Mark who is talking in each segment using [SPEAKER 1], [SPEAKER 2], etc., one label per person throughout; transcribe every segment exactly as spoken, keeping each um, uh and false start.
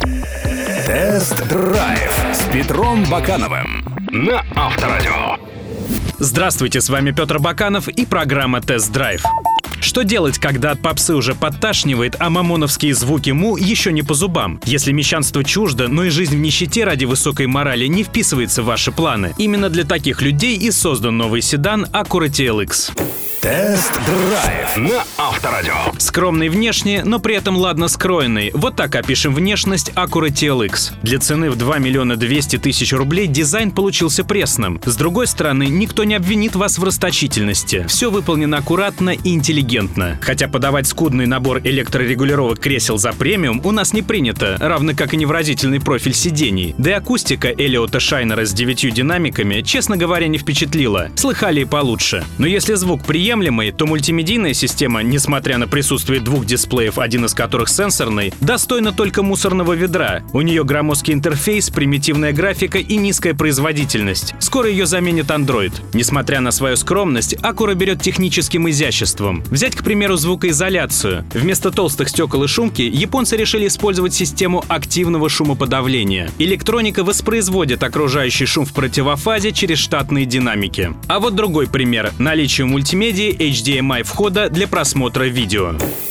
[SPEAKER 1] Тест-драйв с Петром Бакановым на Авторадио.
[SPEAKER 2] Здравствуйте, с вами Петр Баканов и программа «Тест-драйв». Что делать, когда от попсы уже подташнивает, а мамоновские звуки му еще не по зубам? Если мещанство чуждо, но и жизнь в нищете ради высокой морали не вписывается в ваши планы. Именно для таких людей и создан новый седан Acura ти эл икс.
[SPEAKER 1] Тест-драйв на Авторадио.
[SPEAKER 2] Скромный внешне, но при этом ладно скроенный. Вот так опишем внешность Acura ти эл икс. Для цены в два миллиона двести тысяч рублей дизайн получился пресным. С другой стороны, никто не обвинит вас в расточительности. Все выполнено аккуратно и интеллигентно. Хотя подавать скудный набор электрорегулировок кресел за премиум у нас не принято, равно как и невыразительный профиль сидений. Да и акустика Элиота Шайнера с девятью динамиками, честно говоря, не впечатлила. Слыхали и получше. Но если звук приемлемый, то мультимедийная система, несмотря на присутствие двух дисплеев, один из которых сенсорный, достойна только мусорного ведра. У нее громоздкий интерфейс, примитивная графика и низкая производительность. Скоро ее заменит Android. Несмотря на свою скромность, Acura берет техническим изяществом. Взять, к примеру, звукоизоляцию. Вместо толстых стекол и шумки японцы решили использовать систему активного шумоподавления. Электроника воспроизводит окружающий шум в противофазе через штатные динамики. А вот другой пример. Наличие мультимедиа эйч ди эм ай входа для просмотра видео.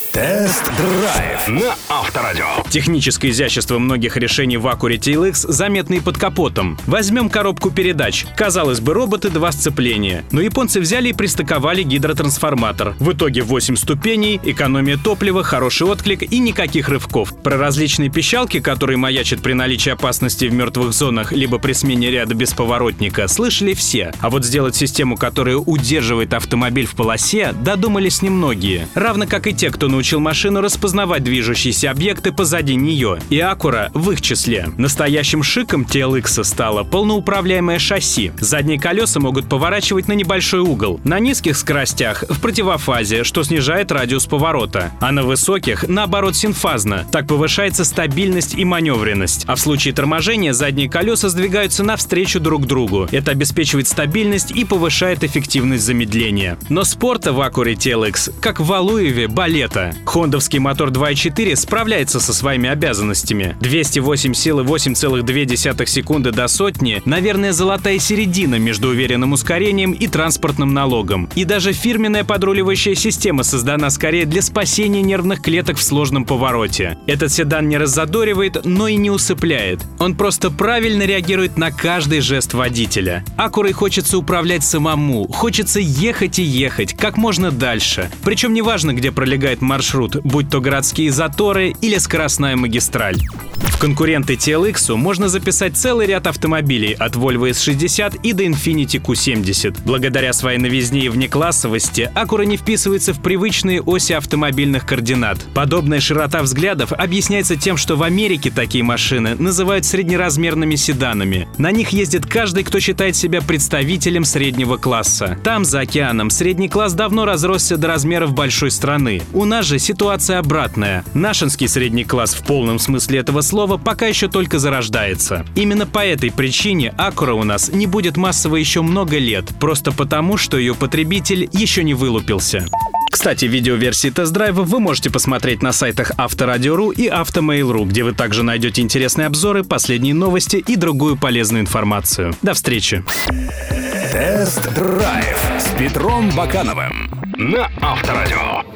[SPEAKER 1] Тест-драйв на Авторадио.
[SPEAKER 2] Техническое изящество многих решений в Acura ти эл икс заметно и под капотом. Возьмем коробку передач. Казалось бы, роботы, два сцепления. Но японцы взяли и пристыковали гидротрансформатор. В итоге восемь ступеней, экономия топлива, хороший отклик и никаких рывков. Про различные пищалки, которые маячат при наличии опасности в мертвых зонах либо при смене ряда без поворотника, слышали все. А вот сделать систему, которая удерживает автомобиль в полосе, додумались немногие. Равно как и те, кто научился учил машину распознавать движущиеся объекты позади нее, и Acura в их числе. Настоящим шиком ти эл икс стало полноуправляемое шасси. Задние колеса могут поворачивать на небольшой угол. На низких скоростях в противофазе, что снижает радиус поворота. А на высоких, наоборот, синфазно. Так повышается стабильность и маневренность. А в случае торможения задние колеса сдвигаются навстречу друг другу. Это обеспечивает стабильность и повышает эффективность замедления. Но спорта в Acura ти эл икс, как в Валуеве, балета. Хондовский мотор два и четыре справляется со своими обязанностями. двести восемь сил и восемь целых две десятых секунды до сотни, наверное, золотая середина между уверенным ускорением и транспортным налогом. И даже фирменная подруливающая система создана скорее для спасения нервных клеток в сложном повороте. Этот седан не раззадоривает, но и не усыпляет. Он просто правильно реагирует на каждый жест водителя. Acura хочется управлять самому, хочется ехать и ехать как можно дальше. Причем неважно, где пролегает маршрут, будь то городские заторы или скоростная магистраль. В конкуренты ти эл икс можно записать целый ряд автомобилей от Volvo эс шестьдесят и до Infiniti кью семьдесят. Благодаря своей новизне и внеклассовости Acura не вписывается в привычные оси автомобильных координат. Подобная широта взглядов объясняется тем, что в Америке такие машины называют среднеразмерными седанами. На них ездит каждый, кто считает себя представителем среднего класса. Там, за океаном, средний класс давно разросся до размеров большой страны. У нас же ситуация обратная. Нашинский средний класс в полном смысле этого слова пока еще только зарождается. Именно по этой причине Acura у нас не будет массово еще много лет, просто потому, что ее потребитель еще не вылупился. Кстати, видеоверсии тест-драйва вы можете посмотреть на сайтах Авторадио точка ру и Автомейл точка ру, где вы также найдете интересные обзоры, последние новости и другую полезную информацию. До встречи!
[SPEAKER 1] Тест-драйв с Петром Бакановым на Авторадио.